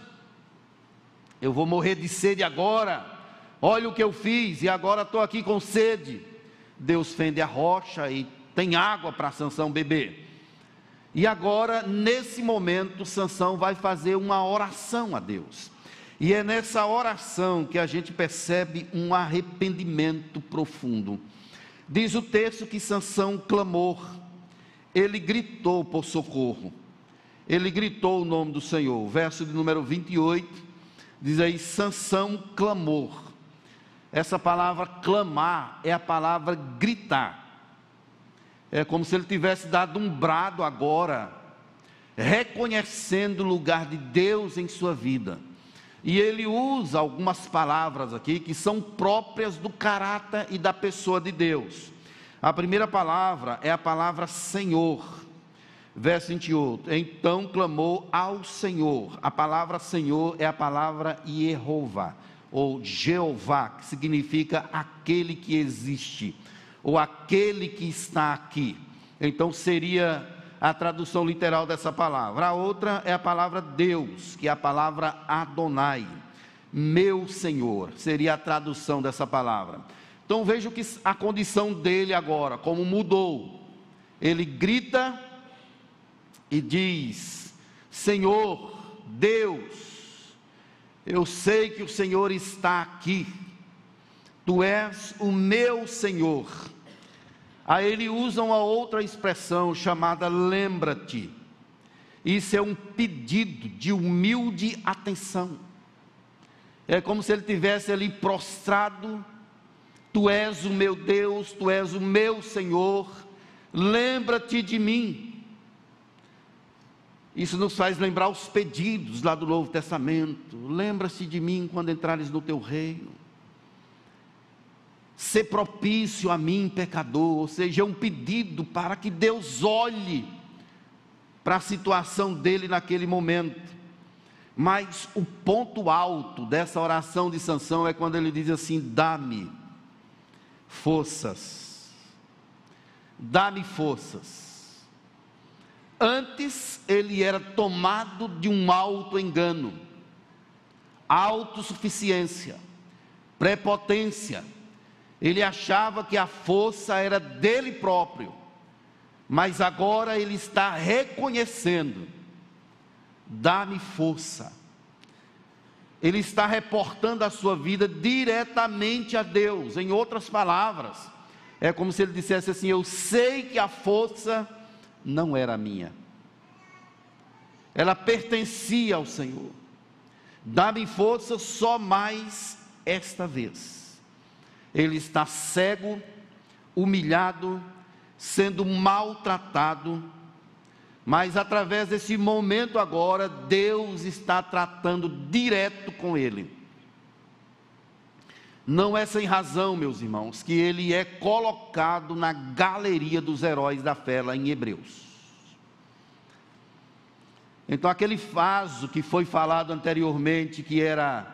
eu vou morrer de sede agora, olha o que eu fiz, e agora estou aqui com sede. Deus fende a rocha e tem água para Sansão beber. E agora, nesse momento, Sansão vai fazer uma oração a Deus. E é nessa oração que a gente percebe um arrependimento profundo. Diz o texto que Sansão clamou, ele gritou por socorro, ele gritou o nome do Senhor. Verso de número 28, diz aí: Sansão clamou. Essa palavra clamar é a palavra gritar. É como se ele tivesse dado um brado agora, reconhecendo o lugar de Deus em sua vida. E ele usa algumas palavras aqui que são próprias do caráter e da pessoa de Deus. A primeira palavra é a palavra Senhor. Verso 28, então clamou ao Senhor. A palavra Senhor é a palavra Yehová, ou Jeová, que significa aquele que existe, ou aquele que está aqui. Então seria a tradução literal dessa palavra. A outra é a palavra Deus, que é a palavra Adonai, meu Senhor, seria a tradução dessa palavra. Então veja que a condição dele agora, como mudou. Ele grita e diz: Senhor, Deus, eu sei que o Senhor está aqui, Tu és o meu Senhor. Aí ele usa uma outra expressão chamada lembra-te. Isso é um pedido de humilde atenção. É como se ele tivesse ali prostrado: Tu és o meu Deus, Tu és o meu Senhor, lembra-te de mim. Isso nos faz lembrar os pedidos lá do Novo Testamento: lembra-se de mim quando entrares no teu reino, ser propício a mim, pecador. Ou seja, é um pedido para que Deus olhe para a situação dele naquele momento. Mas o ponto alto dessa oração de Sansão é quando ele diz assim: dá-me forças, dá-me forças. Antes ele era tomado de um auto-engano, autossuficiência, prepotência. Ele achava que a força era dele próprio, mas agora ele está reconhecendo: dá-me força. Ele está reportando a sua vida diretamente a Deus. Em outras palavras, é como se ele dissesse assim: eu sei que a força não era minha, ela pertencia ao Senhor. Dá-me força só mais esta vez. Ele está cego, humilhado, sendo maltratado, mas através desse momento agora, Deus está tratando direto com ele. Não é sem razão, meus irmãos, que ele é colocado na galeria dos heróis da fé lá em Hebreus. Então aquele vaso que foi falado anteriormente, que era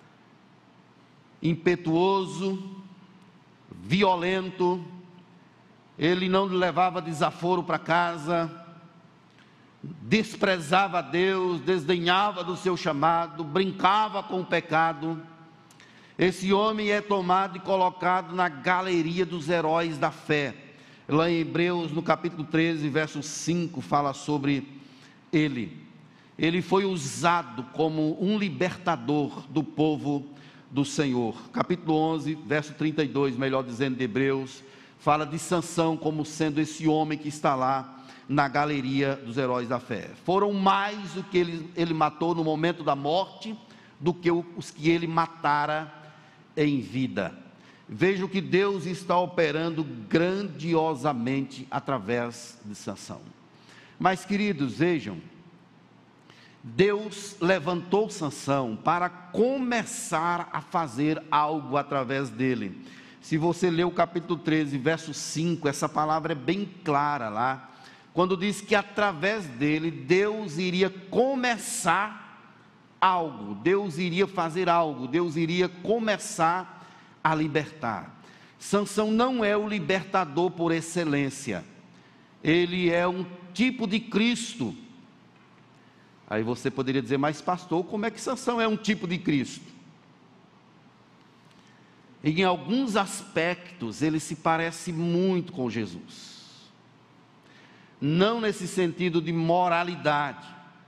impetuoso, violento, ele não levava desaforo para casa, desprezava a Deus, desdenhava do seu chamado, brincava com o pecado. Esse homem é tomado e colocado na galeria dos heróis da fé. Lá em Hebreus, no capítulo 13, verso 5, fala sobre ele. Ele foi usado como um libertador do povo do Senhor. Capítulo 11, verso 32, melhor dizendo, de Hebreus, fala de Sansão como sendo esse homem que está lá na galeria dos heróis da fé. Foram mais o que ele matou no momento da morte do que os que ele matara em vida. Veja o que Deus está operando grandiosamente através de Sansão. Mas, queridos, vejam, Deus levantou Sansão para começar a fazer algo através dele. Se você ler o capítulo 13, verso 5, essa palavra é bem clara lá, quando diz que através dele, Deus iria começar algo, Deus iria fazer algo, Deus iria começar a libertar. Sansão não é o libertador por excelência, ele é um tipo de Cristo. Aí você poderia dizer: mas pastor, como é que Sansão é um tipo de Cristo? Em alguns aspectos ele se parece muito com Jesus, não nesse sentido de moralidade,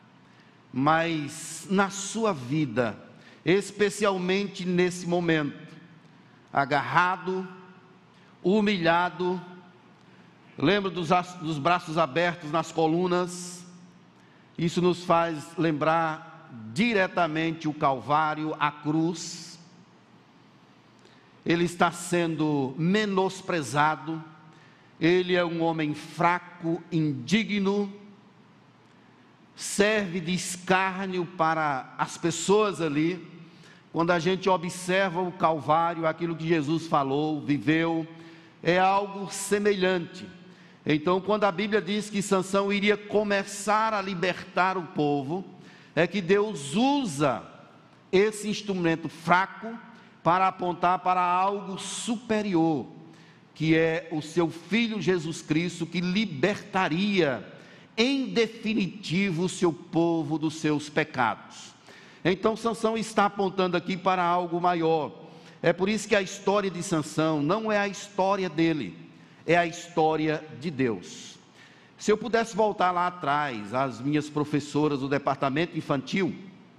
mas na sua vida, especialmente nesse momento, agarrado, humilhado. Lembra dos braços abertos nas colunas? Isso nos faz lembrar diretamente o Calvário, a cruz. Ele está sendo menosprezado, ele é um homem fraco, indigno, serve de escárnio para as pessoas ali. Quando a gente observa o Calvário, aquilo que Jesus falou, viveu, é algo semelhante. Então, quando a Bíblia diz que Sansão iria começar a libertar o povo, é que Deus usa esse instrumento fraco para apontar para algo superior, que é o seu Filho Jesus Cristo, que libertaria em definitivo o seu povo dos seus pecados. Então Sansão está apontando aqui para algo maior. É por isso que a história de Sansão não é a história dele, é a história de Deus. Se eu pudesse voltar lá atrás, as minhas professoras do departamento infantil,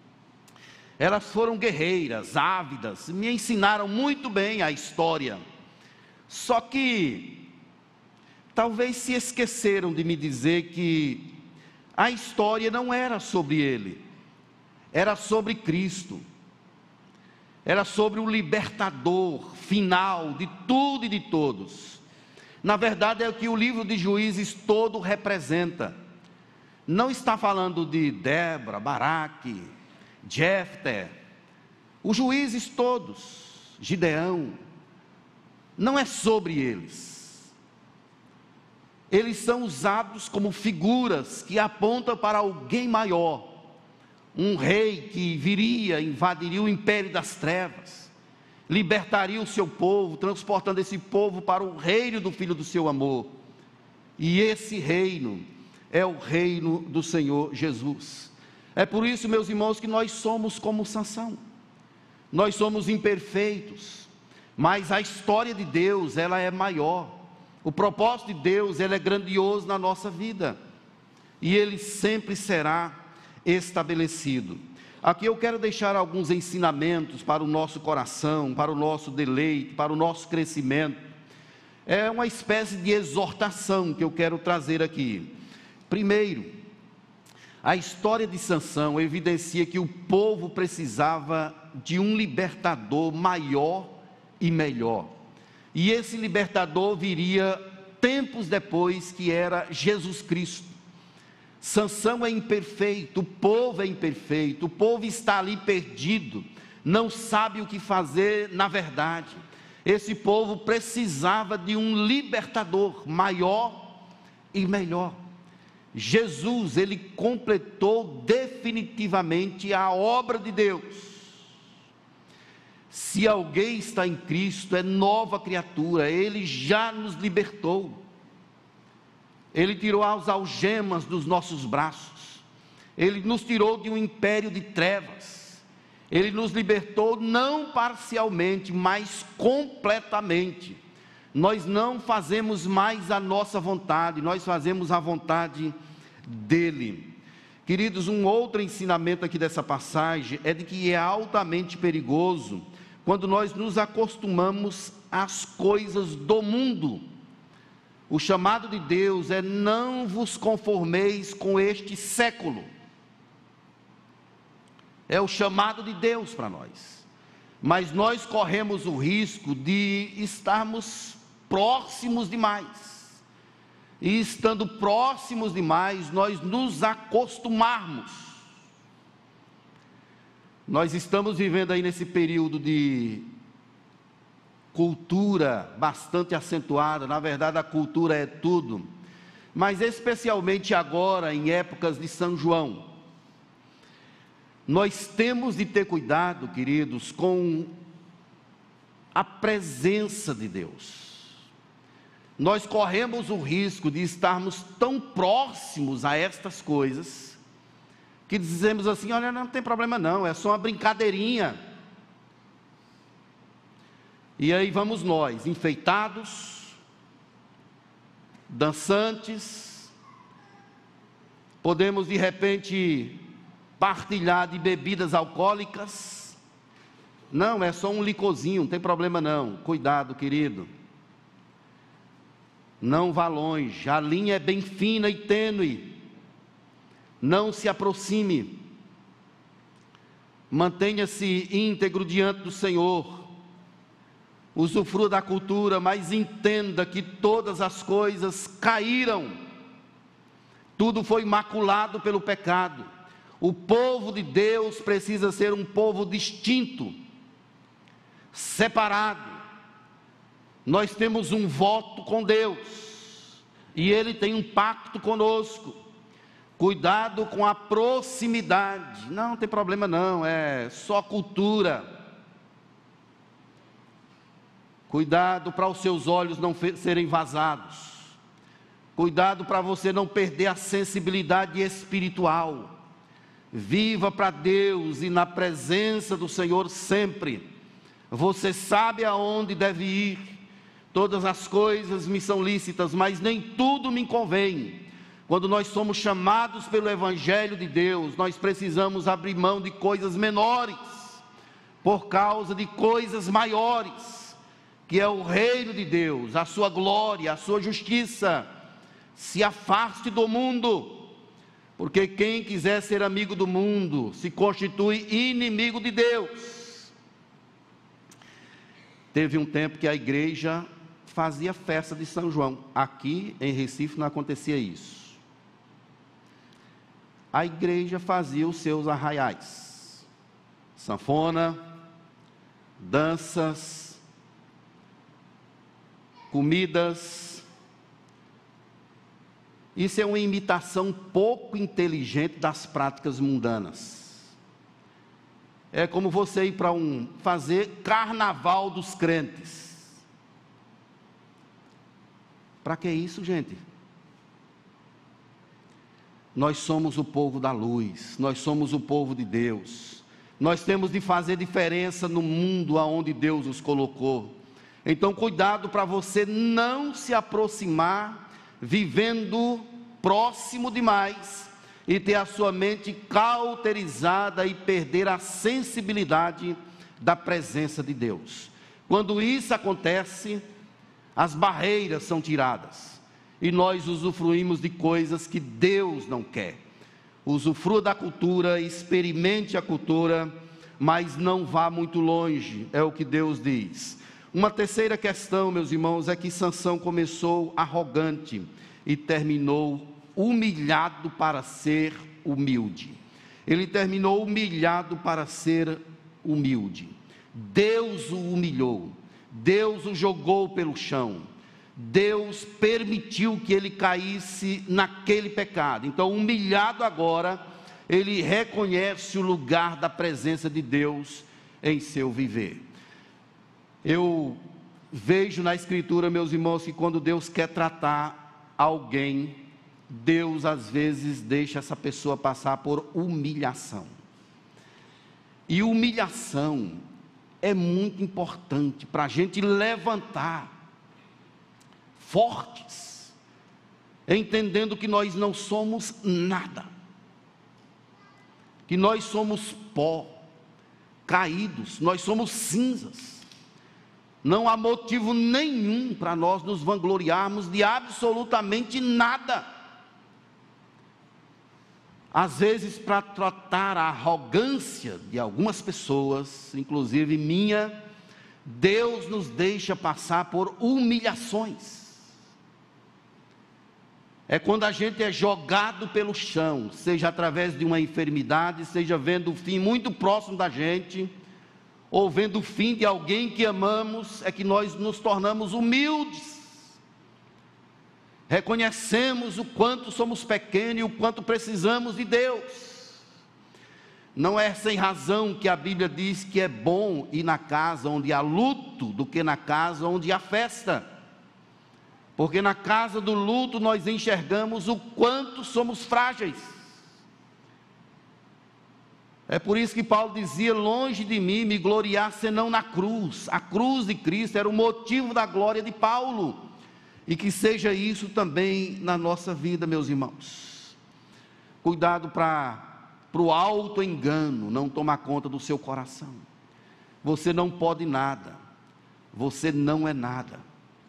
elas foram guerreiras, ávidas, me ensinaram muito bem a história. Só que talvez se esqueceram de me dizer que a história não era sobre ele, era sobre Cristo, era sobre o libertador final de tudo e de todos. Na verdade é o que o livro de Juízes todo representa. Não está falando de Débora, Baraque, Jefté, os juízes todos, Gideão, não é sobre eles. Eles são usados como figuras que apontam para alguém maior, um rei que viria, invadiria o império das trevas, libertaria o seu povo, transportando esse povo para o reino do Filho do seu amor. E esse reino é o reino do Senhor Jesus. É por isso, meus irmãos, que nós somos como Sansão. Nós somos imperfeitos, mas a história de Deus, ela é maior. O propósito de Deus, ele é grandioso na nossa vida, e ele sempre será estabelecido. Aqui eu quero deixar alguns ensinamentos para o nosso coração, para o nosso deleite, para o nosso crescimento. É uma espécie de exortação que eu quero trazer aqui. Primeiro, a história de Sansão evidencia que o povo precisava de um libertador maior e melhor. E esse libertador viria tempos depois, que era Jesus Cristo. Sansão é imperfeito, o povo é imperfeito, o povo está ali perdido, não sabe o que fazer na verdade. Esse povo precisava de um libertador maior e melhor. Jesus, ele completou definitivamente a obra de Deus. Se alguém está em Cristo, é nova criatura, ele já nos libertou. Ele tirou as algemas dos nossos braços, ele nos tirou de um império de trevas, ele nos libertou não parcialmente, mas completamente. Nós não fazemos mais a nossa vontade, nós fazemos a vontade dele. Queridos, um outro ensinamento aqui dessa passagem é de que é altamente perigoso quando nós nos acostumamos às coisas do mundo. O chamado de Deus é: não vos conformeis com este século. É o chamado de Deus para nós. Mas nós corremos o risco de estarmos próximos demais. E estando próximos demais, nós nos acostumarmos. Nós estamos vivendo aí nesse período de cultura bastante acentuada. Na verdade, a cultura é tudo, mas especialmente agora, em épocas de São João, nós temos de ter cuidado, queridos, com a presença de Deus. Nós corremos o risco de estarmos tão próximos a estas coisas, que dizemos assim: olha, não tem problema não, é só uma brincadeirinha. E aí vamos nós, enfeitados, dançantes, podemos de repente partilhar de bebidas alcoólicas. Não, é só um licorzinho, não tem problema não. Cuidado, querido, não vá longe, a linha é bem fina e tênue, não se aproxime, mantenha-se íntegro diante do Senhor. Usufrua da cultura, mas entenda que todas as coisas caíram, Tudo foi maculado pelo pecado. O povo de Deus precisa ser um povo distinto, separado. Nós temos um voto com Deus, e Ele tem um pacto conosco. Cuidado com a proximidade. Não tem problema não, é só cultura. Cuidado para os seus olhos não serem vazados. Cuidado para você não perder a sensibilidade espiritual. Viva para Deus e na presença do Senhor sempre. Você sabe aonde deve ir. Todas as coisas me são lícitas, mas nem tudo me convém. Quando nós somos chamados pelo Evangelho de Deus, nós precisamos abrir mão de coisas menores, por causa de coisas maiores, que é o reino de Deus, a sua glória, a sua justiça. Se afaste do mundo, porque quem quiser ser amigo do mundo, se constitui inimigo de Deus. Teve um tempo que a igreja fazia festa de São João. Aqui em Recife não acontecia isso. A igreja fazia os seus arraiais, sanfona, danças, comidas. Isso é uma imitação pouco inteligente das práticas mundanas. É como você ir para fazer carnaval dos crentes. Para que isso, gente? Nós somos o povo da luz, nós somos o povo de Deus. Nós temos de fazer diferença no mundo aonde Deus nos colocou. Então, cuidado para você não se aproximar vivendo próximo demais e ter a sua mente cauterizada e perder a sensibilidade da presença de Deus. Quando isso acontece, as barreiras são tiradas e nós usufruímos de coisas que Deus não quer. Usufrua da cultura, experimente a cultura, mas não vá muito longe, é o que Deus diz. Uma terceira questão, meus irmãos, é que Sansão começou arrogante e terminou humilhado para ser humilde. Ele terminou humilhado para ser humilde. Deus o humilhou, Deus o jogou pelo chão, Deus permitiu que ele caísse naquele pecado. Então, humilhado agora, ele reconhece o lugar da presença de Deus em seu viver. Eu vejo na Escritura, meus irmãos, que quando Deus quer tratar alguém, Deus às vezes deixa essa pessoa passar por humilhação. E humilhação é muito importante para a gente levantar fortes, entendendo que nós não somos nada, que nós somos pó, caídos, nós somos cinzas. Não há motivo nenhum para nós nos vangloriarmos de absolutamente nada. Às vezes, para tratar a arrogância de algumas pessoas, inclusive minha, Deus nos deixa passar por humilhações. É quando a gente é jogado pelo chão, seja através de uma enfermidade, seja vendo o fim muito próximo da gente, ou vendo o fim de alguém que amamos, é que nós nos tornamos humildes. Reconhecemos o quanto somos pequenos e o quanto precisamos de Deus. Não é sem razão que a Bíblia diz que é bom ir na casa onde há luto do que na casa onde há festa. Porque na casa do luto nós enxergamos o quanto somos frágeis. É por isso que Paulo dizia: longe de mim me gloriar senão na cruz. A cruz de Cristo era o motivo da glória de Paulo. E que seja isso também na nossa vida, meus irmãos. Cuidado para o auto-engano não tomar conta do seu coração. Você não pode nada. Você não é nada.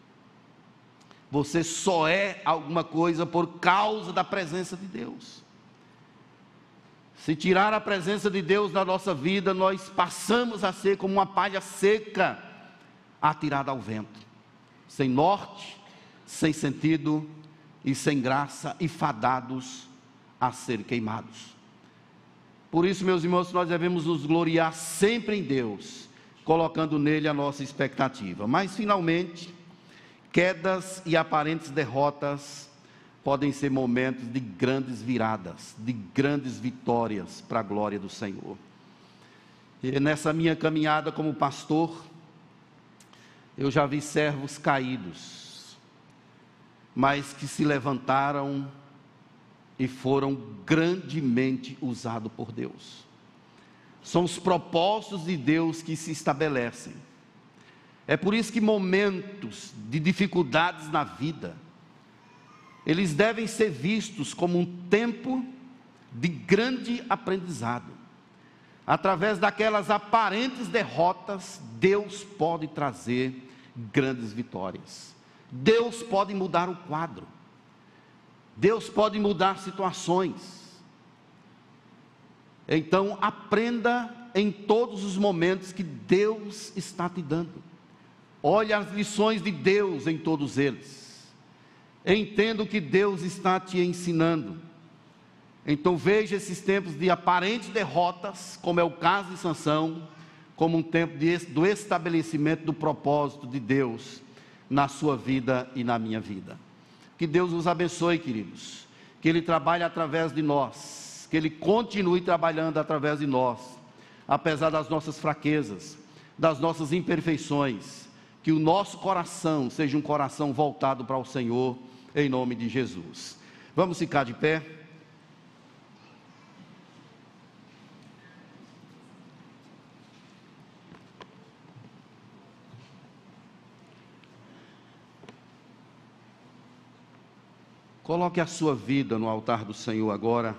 Você só é alguma coisa por causa da presença de Deus. Se tirar a presença de Deus da nossa vida, nós passamos a ser como uma palha seca, atirada ao vento, sem norte, sem sentido e sem graça e fadados a ser queimados. Por isso, meus irmãos, nós devemos nos gloriar sempre em Deus, colocando nele a nossa expectativa. Mas, finalmente, quedas e aparentes derrotas podem ser momentos de grandes viradas, de grandes vitórias para a glória do Senhor. E nessa minha caminhada como pastor, eu já vi servos caídos, mas que se levantaram e foram grandemente usados por Deus. São os propósitos de Deus que se estabelecem. É por isso que momentos de dificuldades na vida, eles devem ser vistos como um tempo de grande aprendizado. Através daquelas aparentes derrotas, Deus pode trazer grandes vitórias. Deus pode mudar o quadro. Deus pode mudar situações. Então, aprenda em todos os momentos que Deus está te dando. Olhe as lições de Deus em todos eles. Entenda o que Deus está te ensinando. Então, veja esses tempos de aparentes derrotas, como é o caso de Sansão, como um tempo do estabelecimento do propósito de Deus na sua vida e na minha vida. Que Deus nos abençoe, queridos, que Ele trabalhe através de nós, que Ele continue trabalhando através de nós, apesar das nossas fraquezas, das nossas imperfeições, que o nosso coração seja um coração voltado para o Senhor, em nome de Jesus. Vamos ficar de pé? Coloque a sua vida no altar do Senhor agora.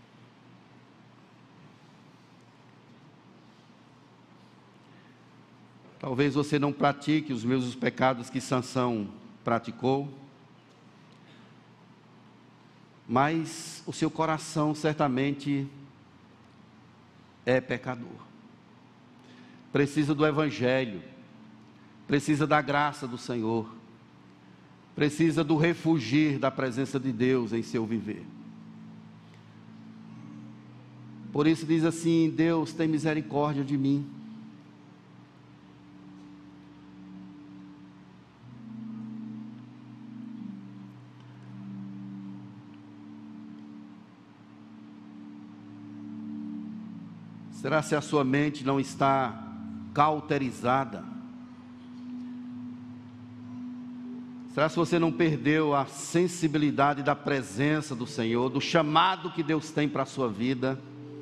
Talvez você não pratique os mesmos pecados que Sansão praticou, mas o seu coração certamente é pecador. Precisa do Evangelho, precisa da graça do Senhor. Precisa do refugir da presença de Deus em seu viver. Por isso diz assim: Deus, tem misericórdia de mim. Será se a sua mente não está cauterizada? Será se você não perdeu a sensibilidade da presença do Senhor, do chamado que Deus tem para a sua vida?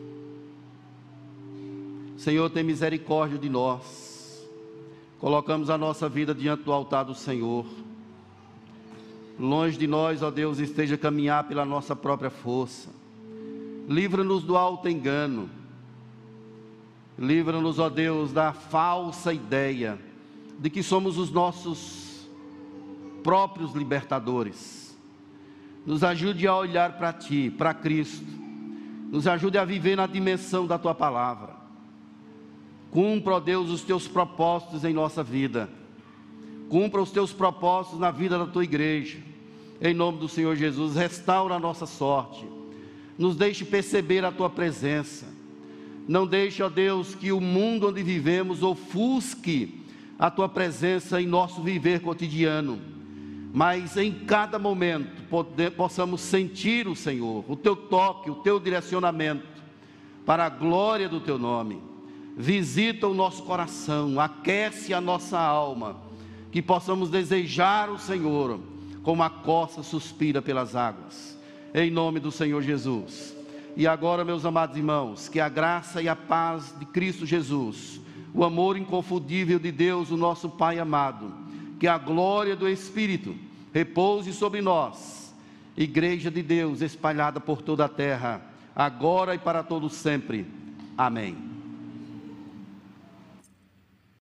Senhor, tem misericórdia de nós. Colocamos a nossa vida diante do altar do Senhor. Longe de nós, ó Deus, esteja caminhar pela nossa própria força. Livra-nos do alto engano. Livra-nos, ó Deus, da falsa ideia de que somos os nossos próprios libertadores. Nos ajude a olhar para Ti, para Cristo. Nos ajude a viver na dimensão da Tua palavra. Cumpra, ó Deus, os Teus propósitos em nossa vida. Cumpra os Teus propósitos na vida da Tua igreja. Em nome do Senhor Jesus, restaura a nossa sorte. Nos deixe perceber a Tua presença. Não deixe, ó Deus, que o mundo onde vivemos ofusque a Tua presença em nosso viver cotidiano. Mas em cada momento possamos sentir o Senhor, o Teu toque, o Teu direcionamento, para a glória do Teu nome. Visita o nosso coração, aquece a nossa alma, que possamos desejar o Senhor, como a corça suspira pelas águas, em nome do Senhor Jesus. E agora, meus amados irmãos, que a graça e a paz de Cristo Jesus, o amor inconfundível de Deus, o nosso Pai amado, que a glória do Espírito repouse sobre nós, Igreja de Deus espalhada por toda a terra, agora e para todo sempre. Amém.